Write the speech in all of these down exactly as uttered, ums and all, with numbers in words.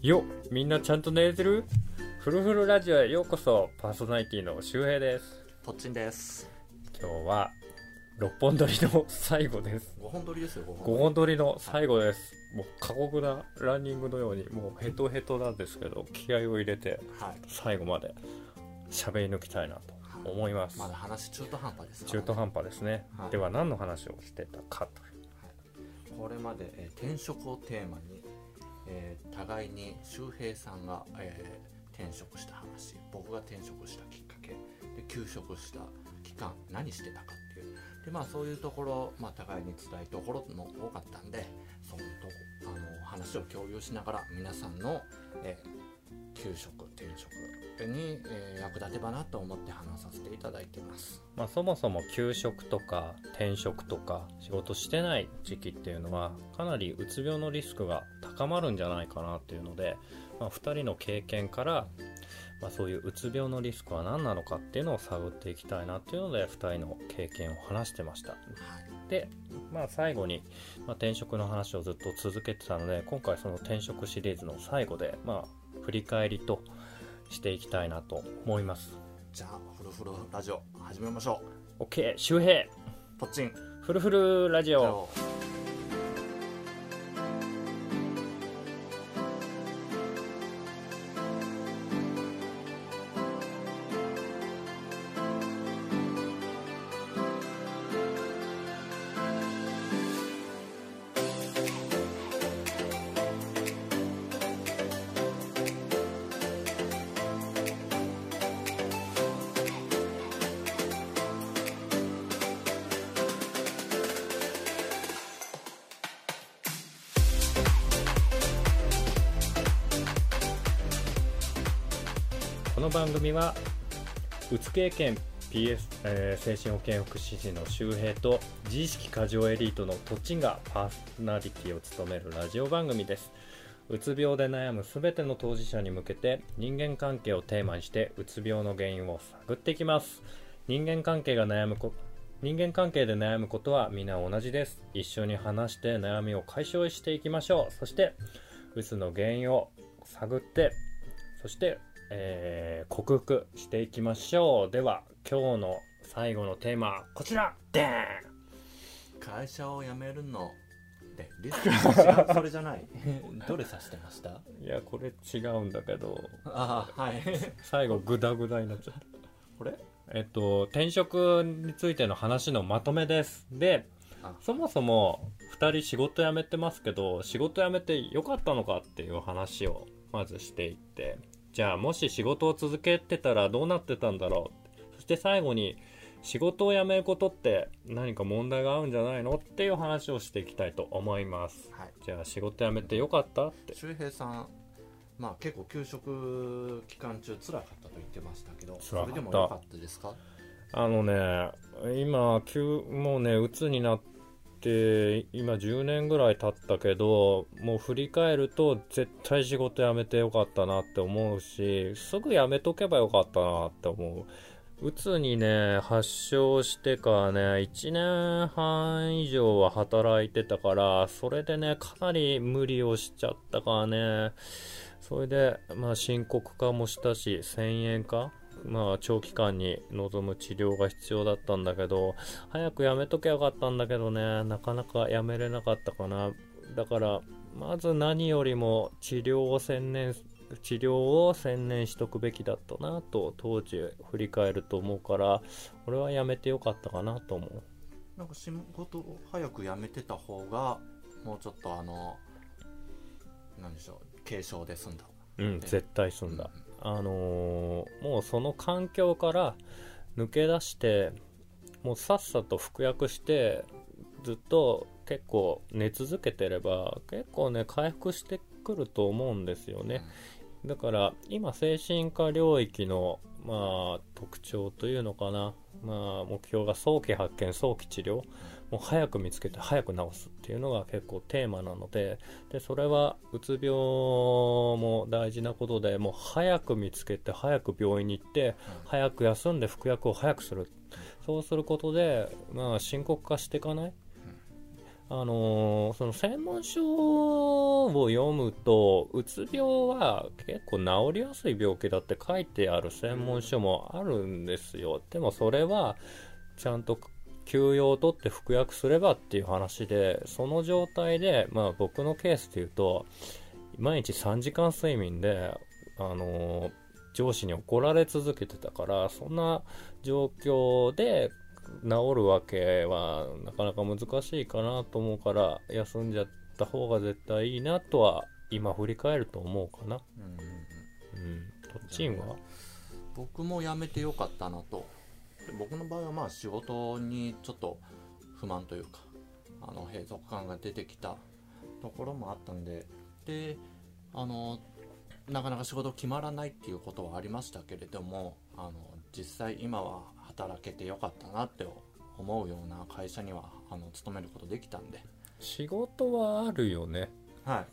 よ、みんなちゃんと寝れてる？フルフルラジオへようこそ。パーソナリティの周平です。 とっちんです。 今日はろっぽん撮りの最後です。 ごほん撮りですよ。 ごほん撮りの最後です、はい、もう過酷なランニングのようにもうヘトヘトなんですけど、気合を入れて最後まで喋り抜きたいなと思います、 はい、まだ話中途半端ですから、ね、中途半端ですね、はい、では何の話をしてたかという、 はい、これまで、えー、転職をテーマに、えー、互いに周平さんが、えー、転職した話、僕が転職したきっかけで、休職した期間何してたかっていうで、まあ、そういうところ、まあ、互いに伝えるところも多かったんで、そういうとこあの話を共有しながら皆さんの、えー、休職転職に、えー、役立てばなと思って話させていただいています。 まあ、そもそも休職とか転職とか仕事してない時期っていうのはかなりうつ病のリスクが高まるんじゃないかなっていうので、まあ、ふたりの経験から、まあ、そういううつ病のリスクは何なのかっていうのを探っていきたいなっていうのでふたりの経験を話してました、はい、で、まあ、最後に、まあ、転職の話をずっと続けてたので、今回その転職シリーズの最後で、まあ、振り返りとしていきたいなと思います。 じゃあフルフルラジオ始めましょう。 OK、 周平とっちんフルフルラジオ。この番組はうつ経験 ピーエス、えー、精神保健福祉士の周平と自意識過剰エリートのとっちんがパーソナリティを務めるラジオ番組です。うつ病で悩むすべての当事者に向けて人間関係をテーマにしてうつ病の原因を探っていきます。人間関係が悩むこ人間関係で悩むことはみんな同じです。一緒に話して悩みを解消していきましょう。そしてうつの原因を探って、そしてえー、克服していきましょう。では今日の最後のテーマこちらでーん。 会社を辞めるのでリスク違うそれじゃないどれ指してました？ いやこれ違うんだけど、 ああはい最後グダグダになっちゃった。 これえっと転職についての話のまとめです。でそもそもふたり仕事辞めてますけど、仕事辞めてよかったのかっていう話をまずしていって、じゃあもし仕事を続けてたらどうなってたんだろう、そして最後に仕事を辞めることって何か問題があるんじゃないのっていう話をしていきたいと思います、はい、じゃあ仕事辞めてよかったって。 周平さん、まあ、結構休職期間中辛かったと言ってましたけど、それでもよかったですか？ あのね今急もうね鬱になってで今じゅうねんぐらい経ったけど、もう振り返ると絶対仕事辞めてよかったなって思うし、すぐ辞めとけばよかったなって思う。うつにね発症してからねいちねんはん以上は働いてたから、それでねかなり無理をしちゃったからね、それでまあ深刻化もしたし遷延化、まあ長期間に望む治療が必要だったんだけど、早くやめときゃよかったんだけどね、なかなかやめれなかったかな。だからまず何よりも治療を専念治療を専念しとくべきだったなと当時振り返ると思うから、俺はやめてよかったかなと思う。 なんか仕事を早くやめてた方がもうちょっとあの何でしょう、軽症で済んだ。 うん絶対済んだ、うん、あのー、もうその環境から抜け出してもうさっさと服薬してずっと結構寝続けてれば結構ね回復してくると思うんですよね、うん、だから今精神科領域のまあ特徴というのかな、まあ目標が早期発見早期治療、もう早く見つけて早く治すっていうのが結構テーマなので、でそれはうつ病も大事なことで、もう早く見つけて早く病院に行って早く休んで服薬を早くする、そうすることでまあ深刻化していかない、 あのーその専門書を読むと、うつ病は結構治りやすい病気だって書いてある専門書もあるんですよ。でもそれはちゃんと休養を取って服薬すればっていう話で、その状態で、まあ僕のケースで言うと、毎日さんじかん睡眠で、あのー上司に怒られ続けてたから、そんな状況で治るわけはなかなか難しいかなと思うから、休んじゃった方が絶対いいなとは今振り返ると思うかな。 うんうんうん、 うんとっちんは僕も辞めてよかったなと。で僕の場合はまあ仕事にちょっと不満というか、あの閉塞感が出てきたところもあったんで、であのなかなか仕事決まらないっていうことはありましたけれども、あの実際今は働けてよかったなって思うような会社にはあの勤めることできたんで、 仕事はあるよね。 はい、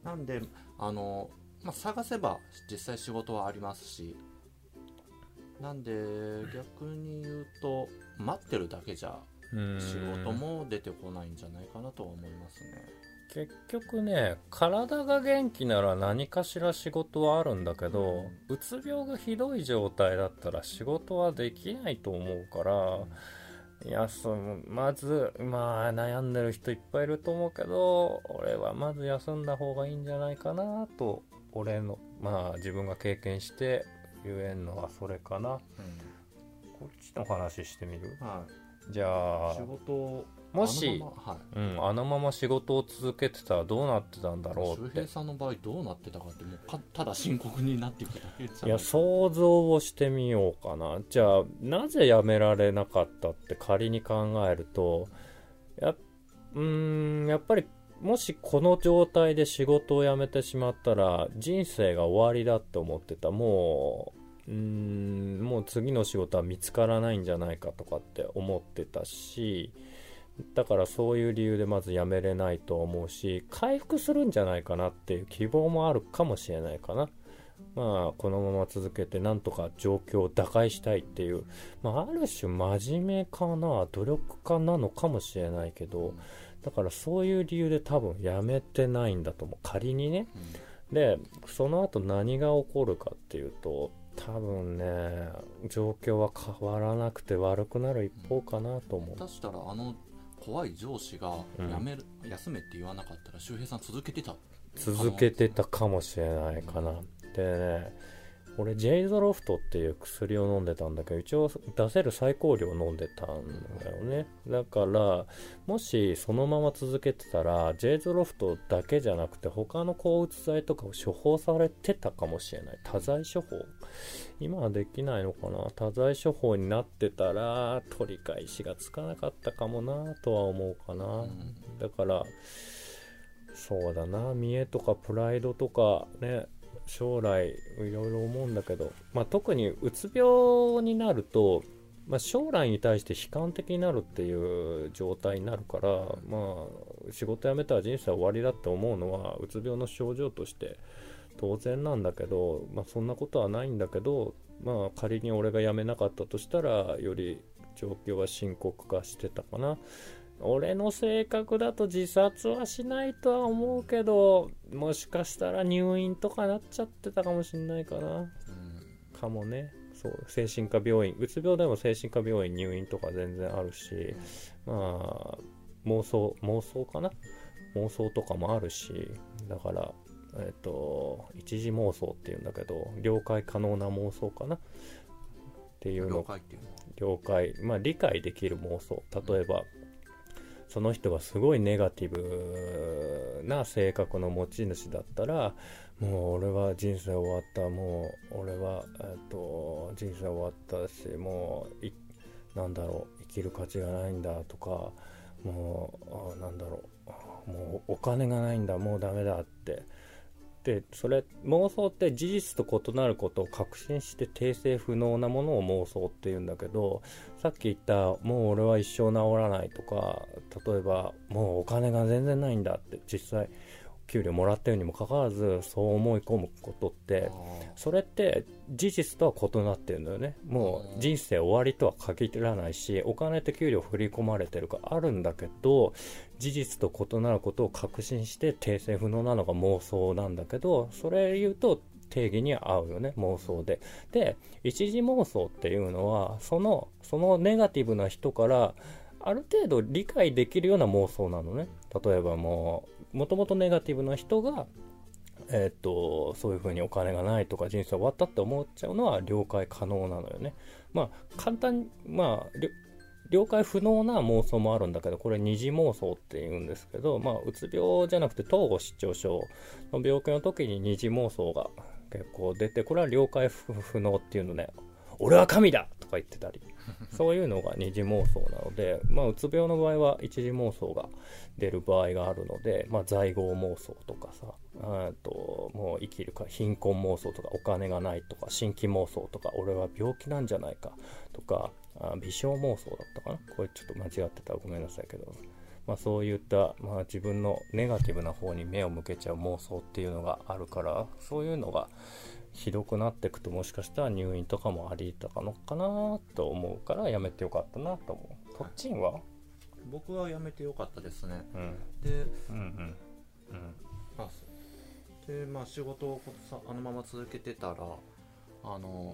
なんであの、まあ、探せば実際仕事はありますし、なんで逆に言うと待ってるだけじゃうん仕事も出てこないんじゃないかなとは思いますね。 結局ね、体が元気なら何かしら仕事はあるんだけど、うつ病がひどい状態だったら仕事はできないと思うから、いや、そう、まず、まあ悩んでる人いっぱいいると思うけど、俺はまず休んだ方がいいんじゃないかなと、俺の、まあ自分が経験して言えんのはそれかな。 うんこっちの話してみる？ はじゃあ、 い、仕事をもし、 あのまま、はい、 うん、あのまま仕事を続けてたらどうなってたんだろうって。 周平さんの場合どうなってたかってもうかただ深刻になっていくだけじゃない。 いや、想像をしてみようかな。じゃあ、なぜ辞められなかったって仮に考えると、や、うーん、やっぱり、もしこの状態で仕事を辞めてしまったら、人生が終わりだって思ってた。もう、うーん、もう次の仕事は見つからないんじゃないかとかって思ってたし、だからそういう理由でまず辞めれないと思うし、回復するんじゃないかなっていう希望もあるかもしれないかな。まあこのまま続けてなんとか状況を打開したいっていう、まあ、ある種真面目かな、努力家なのかもしれないけど、だからそういう理由で多分辞めてないんだと思う、仮にね。でその後何が起こるかっていうと、多分ね状況は変わらなくて悪くなる一方かなと思う。 下手したらあの怖い上司が辞める、うん、休めって言わなかったら周平さん続けてた続けてたかもしれないかな、うん、でね、俺ジェイゾロフトっていう薬を飲んでたんだけど、一応出せる最高量飲んでたんだよね。だからもしそのまま続けてたらジェイゾロフトだけじゃなくて他の抗うつ剤とかを処方されてたかもしれない。多剤処方、今はできないのかな。多剤処方になってたら取り返しがつかなかったかもなとは思うかな、うん、だからそうだな、見栄とかプライドとかね、将来いろいろ思うんだけど、まあ、特にうつ病になると、まあ、将来に対して悲観的になるっていう状態になるから、まあ、仕事辞めたら人生終わりだって思うのはうつ病の症状として当然なんだけど、まあ、そんなことはないんだけど、まあ、仮に俺が辞めなかったとしたらより状況は深刻化してたかな。俺の性格だと自殺はしないとは思うけど、もしかしたら入院とかなっちゃってたかもしんないかな、うん、かもね。そう、精神科病院、うつ病でも精神科病院入院とか全然あるし、まあ妄想妄想かな、妄想とかもあるし、だからえっと一時妄想っていうんだけど、了解可能な妄想かなっていうの。 了解っていうのは了解、まあ理解できる妄想。例えば、うん、その人がすごいネガティブな性格の持ち主だったら、もう俺は人生終わった、もう俺は、えっと、人生終わったし、もういなんだろう、生きる価値がないんだとか、もうなんだろう、もうお金がないんだ、もうダメだって。でそれ妄想って事実と異なることを確信して訂正不能なものを妄想っていうんだけど、さっき言ったもう俺は一生治らないとか、例えばもうお金が全然ないんだって実際給料もらってるにもかかわらずそう思い込むことって、それって事実とは異なってるんだよね。もう人生終わりとは限らないし、お金って給料振り込まれてるかあるんだけど、事実と異なることを確信して訂正不能なのが妄想なんだけど、それ言うと定義に合うよね、妄想で。で、一時妄想っていうのはそのそのネガティブな人からある程度理解できるような妄想なのね。例えばもうもともとネガティブな人がえっとそういう風にお金がないとか人生終わったって思っちゃうのは了解可能なのよね。まあ簡単にまあ了解不能な妄想もあるんだけど、これ二次妄想って言うんですけど、まあうつ病じゃなくて統合失調症の病気の時に二次妄想が結構出て、これは了解不能っていうのね。俺は神だとか言ってたり、そういうのが二次妄想なので、まあうつ病の場合は一次妄想が出る場合があるので、まあ在業妄想とかさ、あともう生きるか貧困妄想とか、お金がないとか、新規妄想とか、俺は病気なんじゃないかとか、あ微笑妄想だったかな、これちょっと間違ってたらごめんなさいけど、まあそういった、まあ自分のネガティブな方に目を向けちゃう妄想っていうのがあるから、そういうのがひどくなっていくと、もしかしたら入院とかもあり得たのかなと思うから、やめてよかったなと思う。とっちんは？ 僕はやめてよかったですね。 うん、 で、 うんうんうんあでまあ仕事をさあのまま続けてたら、あの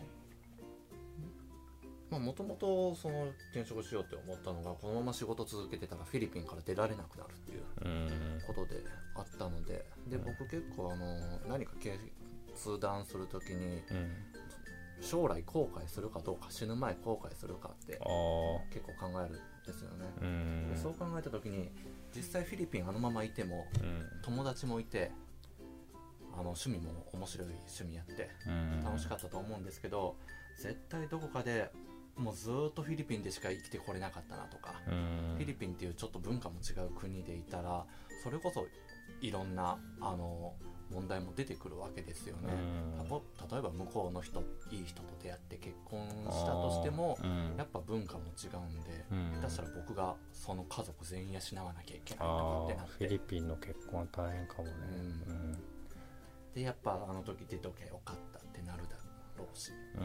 まあもともとその転職しようって思ったのが、このまま仕事続けてたらフィリピンから出られなくなるっていうことであったので、で僕結構あの何か決断するときに、 うん、 将来後悔するかどうか、死ぬ前後悔するかって結構考えるんですよね。 うん、 でそう考えたときに、実際フィリピンあのままいても、うん、友達もいて、あの趣味も面白い趣味やって楽しかったと思うんですけど、絶対どこかでもうずっとフィリピンでしか生きてこれなかったなとか、うん、フィリピンっていうちょっと文化も違う国でいたら、それこそいろんなあの問題も出てくるわけですよね。うん、例えば向こうの人、いい人と出会って結婚したとしても、うん、やっぱ文化も違うんで、うん、下手したら僕がその家族全員養わなきゃいけないとかってなって、 フィリピンの結婚は大変かもね。うんうん、 でやっぱあの時出とけよかったってなるだろうし、うん、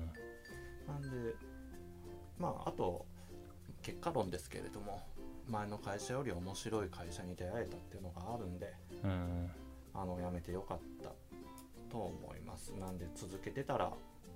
なんでまああと結果論ですけれども、前の会社より面白い会社に出会えたっていうのがあるんで、うん、あの辞めてよかったと思います。なんで続けてたら、あの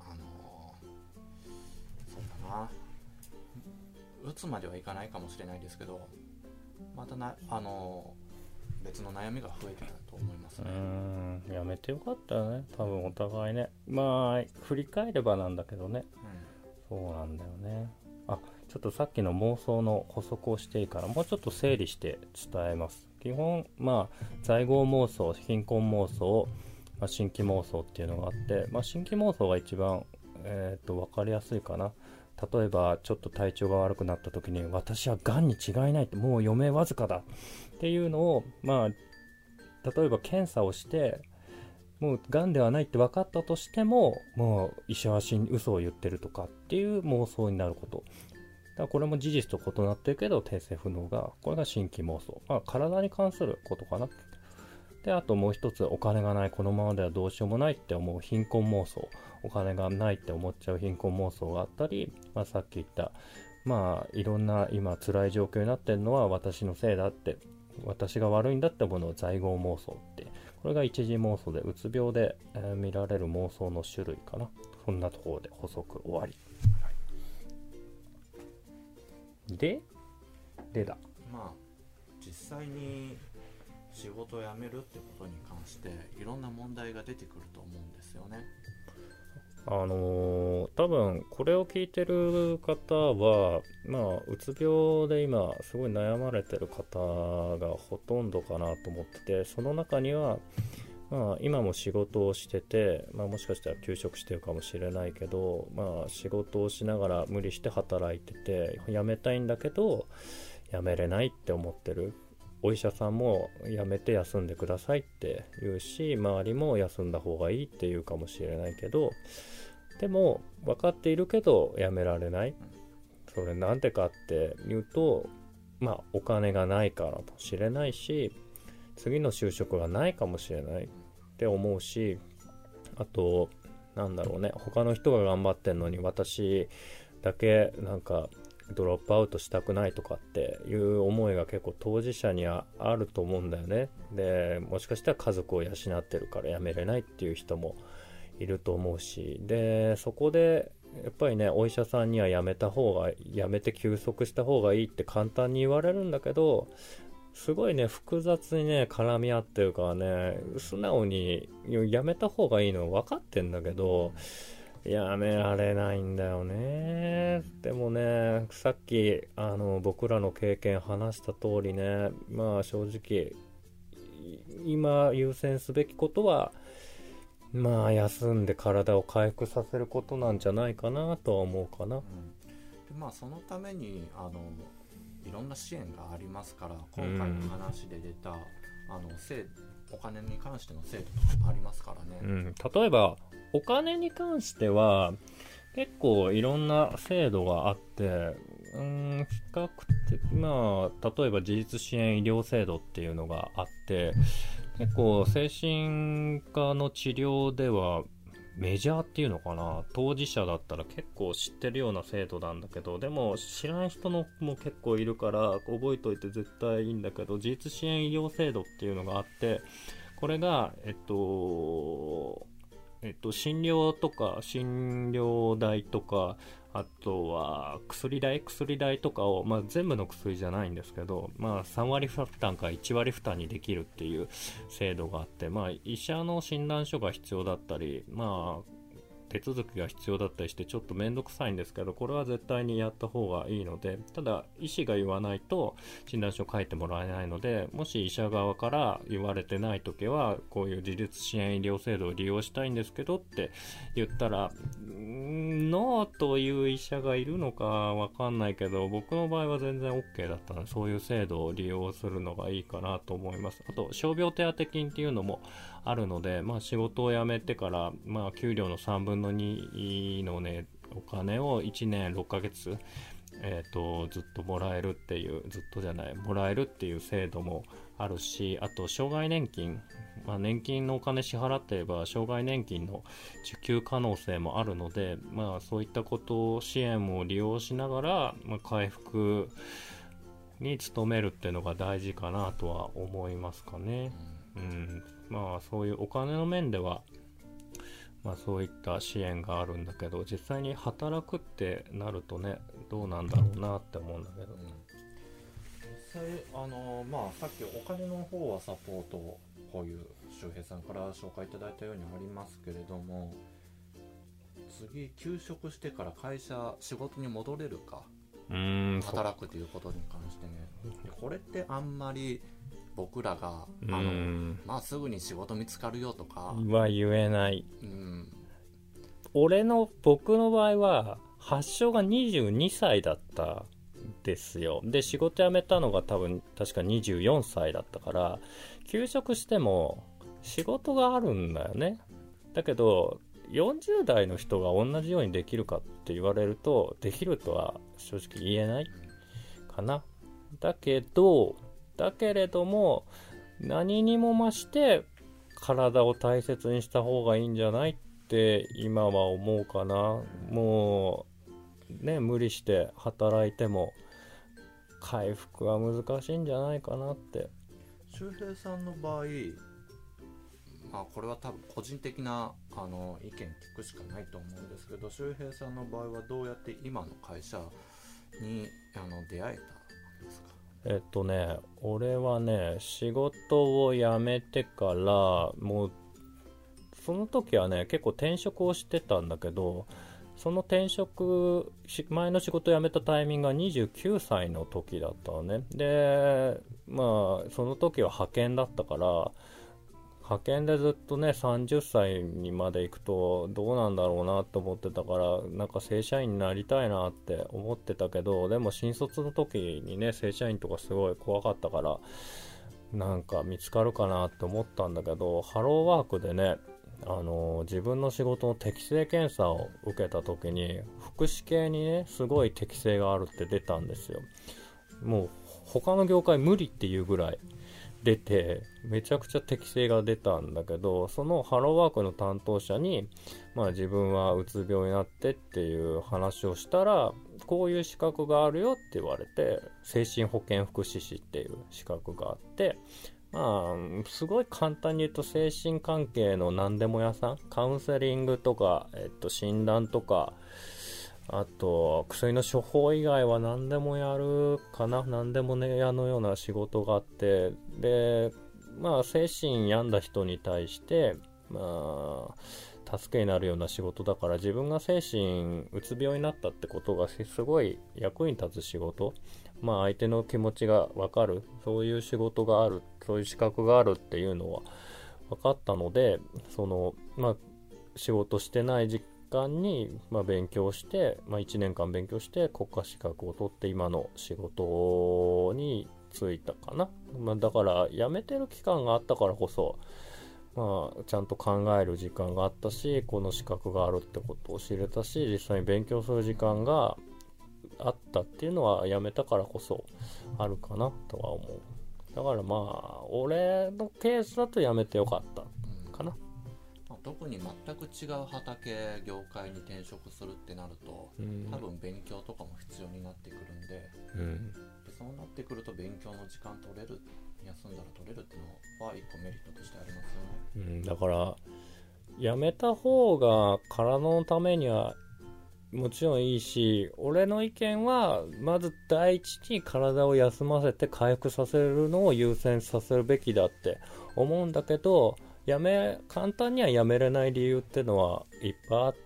ー、そうだな、うつまではいかないかもしれないですけど、またな、あのー、別の悩みが増えてたと思いますね。 うーん、やめてよかったよね、多分お互いね。まあ振り返ればなんだけどね、うん、そうなんだよね。あ、ちょっとさっきの妄想の補足をしていいから、もうちょっと整理して伝えます。基本、まあ在業妄想、貧困妄想、まあ、新規妄想っていうのがあって、まあ、新規妄想が一番、えー、と分かりやすいかな。例えばちょっと体調が悪くなった時に、私はがんに違いないって、もう余命わずかだっていうのを、まあ例えば検査をしてもうがんではないって分かったとしても、もう医者は嘘を言ってるとかっていう妄想になること。だからこれも事実と異なってるけど訂正不能が、これが新規妄想。まあ体に関することかな。で、あともう一つ、お金がない、このままではどうしようもないって思う貧困妄想。お金がないって思っちゃう貧困妄想があったり、まあさっき言った、まあいろんな今辛い状況になってるのは私のせいだって、私が悪いんだって思うのを在業妄想って。これが一次妄想で、うつ病で、えー、見られる妄想の種類かな。そんなところで補足終わり。はい、で、でだ。 まあ実際に仕事を辞めるってことに関していろんな問題が出てくると思うんですよね。 あのー、多分これを聞いてる方は、まあうつ病で今すごい悩まれてる方がほとんどかなと思ってて、その中にはまあ今も仕事をしてて、まあもしかしたら休職してるかもしれないけど、まあ仕事をしながら無理して働いてて、辞めたいんだけど辞めれないって思ってる。お医者さんも辞めて休んでくださいって言うし、周りも休んだ方がいいって言うかもしれないけど、でも分かっているけど辞められない。それなんでかって言うと、まあお金がないからもしれないし、 次の就職がないかもしれないって思うし、あとなんだろうね、他の人が頑張ってんのに私だけなんかドロップアウトしたくないとかっていう思いが結構当事者にはあると思うんだよね。でもしかしたら家族を養ってるから辞めれないっていう人もいると思うし、でそこでやっぱりね、お医者さんには辞めた方が辞めて休息した方がいいって簡単に言われるんだけど、すごいね複雑にね絡み合ってるからね、素直に辞めた方がいいの分かってんだけどやめられないんだよね。でもね、さっきあの僕らの経験話した通りね、まあ正直今優先すべきことはまあ休んで体を回復させることなんじゃないかなとは思うかな、うん、 でまあそのためにあのいろんな支援がありますから、今回の話で出た、うん、あの制お金に関しての制度とかもありますからね、 うん、例えばお金に関しては結構いろんな制度があって、うーん比較的まあ例えば自立支援医療制度っていうのがあって、結構精神科の治療ではメジャーっていうのかな、当事者だったら結構知ってるような制度なんだけど、でも知らない人のも結構いるから覚えといて絶対いいんだけど、自立支援医療制度っていうのがあって、これがえっとえっと診療とか診療代とか、あとは薬代薬代とかを、まあ、全部の薬じゃないんですけど、まあ、さんわり負担かいちわり負担にできるっていう制度があって、まあ、医者の診断書が必要だったり、まあ手続きが必要だったりしてちょっとめんどくさいんですけど、これは絶対にやった方がいいので、ただ医師が言わないと診断書書いてもらえないので、もし医者側から言われてないときはこういう自立支援医療制度を利用したいんですけどって言ったら、ノーという医者がいるのかわかんないけど、僕の場合は全然 OK だったので、そういう制度を利用するのがいいかなと思います。あと傷病手当金っていうのもあるので、まあ、仕事を辞めてから、まあ、給料のさんぶんのにのねお金をいちねんろっかげつ、えーと、ずっともらえるっていうずっとじゃないもらえるっていう制度もあるし、あと障害年金、まあ、年金のお金支払っていれば障害年金の受給可能性もあるので、まあ、そういったことを支援を利用しながら、まあ、回復に努めるっていうのが大事かなとは思いますかね。うん、まあそういうお金の面では、まあ、そういった支援があるんだけど、実際に働くってなるとね、どうなんだろうなって思うんだけど、うん、 実際あの、まあ、さっきお金の方はサポート、こういう周平さんから紹介いただいたようにありますけれども、次休職してから会社仕事に戻れるか、うーん働くということに関してね、これってあんまり僕らがあの、まあ、すぐに仕事見つかるよとかは言えない、うん、俺の僕の場合は発症がにじゅうにさいだったですよ。で仕事辞めたのが多分確かにじゅうよんさいだったから、休職しても仕事があるんだよね。だけどよんじゅう代の人が同じようにできるかって言われると、できるとは正直言えないかな。だけどだけれども何にも増して体を大切にした方がいいんじゃないって今は思うかな。もうね、無理して働いても回復は難しいんじゃないかなって。 周平さんの場合、まあ、これは多分個人的なあの意見聞くしかないと思うんですけど、周平さんの場合はどうやって今の会社にあの出会えたんですか？ えっとね、俺はね、仕事を辞めてから、もう、その時はね、結構転職をしてたんだけど、その転職、前の仕事辞めたタイミングがにじゅうきゅうさいの時だったのね。で、まあ、その時は派遣だったから、派遣でずっとねさんじゅっさいにまで行くとどうなんだろうなと思ってたから、なんか正社員になりたいなって思ってたけど、でも新卒の時にね正社員とかすごい怖かったから、なんか見つかるかなって思ったんだけど、ハローワークでね、あのー、自分の仕事の適性検査を受けた時に福祉系にねすごい適性があるって出たんですよ。もう他の業界無理っていうぐらい出てめちゃくちゃ適性が出たんだけど、そのハローワークの担当者に、まあ、自分はうつ病になってっていう話をしたら、こういう資格があるよって言われて、精神保健福祉士っていう資格があって、まあ、すごい簡単に言うと精神関係の何でも屋さん、カウンセリングとか、えっと、診断とか、あと薬の処方以外は何でもやるかな、何でもねやのような仕事があって、でまあ精神病んだ人に対してまあ助けになるような仕事だから、自分が精神うつ病になったってことがすごい役に立つ仕事、まあ相手の気持ちが分かる、そういう仕事がある、そういう資格があるっていうのは分かったので、そのまあ仕事してない時間に、まあ、勉強して、まあ、いちねんかん勉強して国家資格を取って今の仕事に就いたかな、まあ、だから辞めてる期間があったからこそ、まあ、ちゃんと考える時間があったし、この資格があるってことを知れたし、実際に勉強する時間があったっていうのは辞めたからこそあるかなとは思う。だからまあ俺のケースだと辞めてよかったかな。 特に全く違う畑業界に転職するってなると、うん、多分勉強とかも必要になってくるんで、うん、でそうなってくると勉強の時間取れる、休んだら取れるっていうのは一個メリットとしてありますよね、 うん、だからやめた方が体のためにはもちろんいいし、俺の意見はまず第一に体を休ませて回復させるのを優先させるべきだって思うんだけど、やめ簡単にはやめれない理由ってのはいっぱいあって、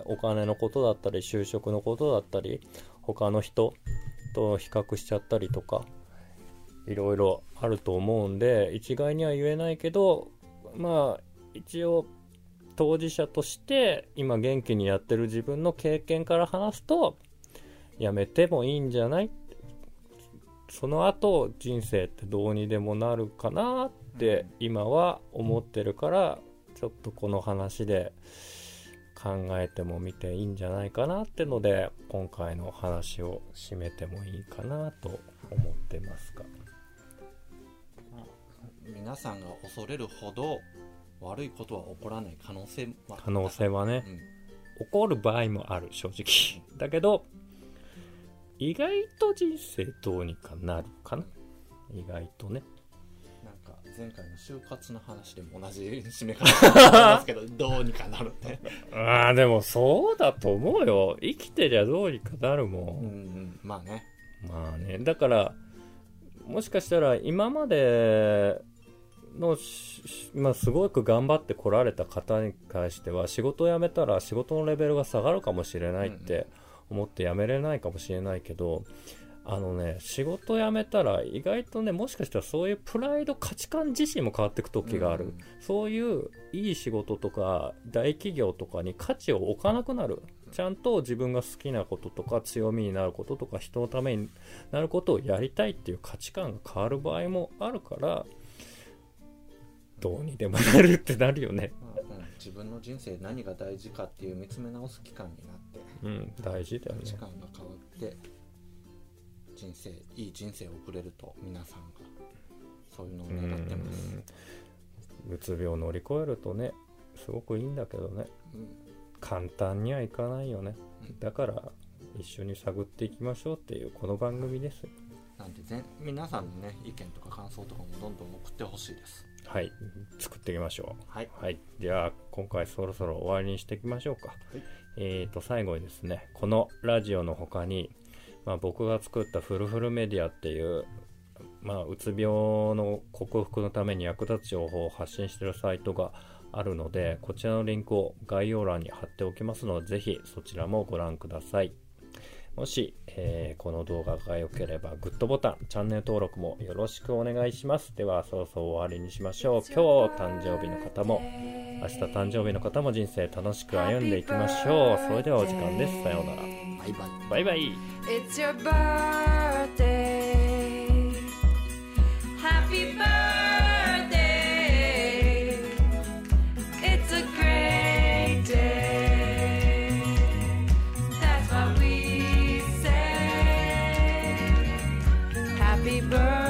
お金のことだったり就職のことだったり他の人と比較しちゃったりとかいろいろあると思うんで、一概には言えないけど、まあ一応当事者として今元気にやってる自分の経験から話すと、やめてもいいんじゃない、その後人生ってどうにでもなるかなって今は思ってるから、ちょっとこの話で考えてもみていいんじゃないかなってので、今回の話を締めてもいいかなと思ってますが、 皆さんが恐れるほど悪いことは起こらない可能性は可能性はね、うん、起こる場合もある、正直だけど意外と人生どうにかなるかな、意外とね。 なんか前回の就活の話でも同じ締め方になりますけどどうにかなるってああでもそうだと思うよ、生きてりゃどうにかなるもん、 うんうん、まあねまあね、だからもしかしたら今までの、まあ、すごく頑張って来られた方に関しては仕事を辞めたら仕事のレベルが下がるかもしれないって思って辞めれないかもしれないけど、あのね仕事辞めたら意外とね、もしかしたらそういうプライド価値観自身も変わっていく時がある、うん、そういういい仕事とか大企業とかに価値を置かなくなる、ちゃんと自分が好きなこととか強みになることとか人のためになることをやりたいっていう価値観が変わる場合もあるから、どうにでもなるってなるよね、 うんうん、自分の人生何が大事かっていう見つめ直す期間になって、 うん、大事だよね。 価値観が変わって人生いい人生を送れると皆さんがそういうのを願ってます。 うつ病を乗り越えるとねすごくいいんだけどね、うん、簡単にはいかないよね、うん、だから一緒に探っていきましょうっていうこの番組です。 なんでぜ皆さんのね意見とか感想とかもどんどん送ってほしいです。 はい、作っていきましょう。 はい、 はい、じゃあ今回そろそろ終わりにしていきましょうか。はい、えーと最後にですね、このラジオの他に、まあ、僕が作ったフルフルメディアっていう、まあ、うつ病の克服のために役立つ情報を発信しているサイトがあるので、こちらのリンクを概要欄に貼っておきますので、ぜひそちらもご覧ください。もし、えー、この動画が良ければグッドボタン、チャンネル登録もよろしくお願いします。ではそろそろ終わりにしましょう。今日誕生日の方も明日誕生日の方も人生楽しく歩んでいきましょう。それではお時間です。さようなら。 バイバイ。 バイバイ。 It's your birthday. Happy birthday. It's a great day. That's what we say. Happy birthday.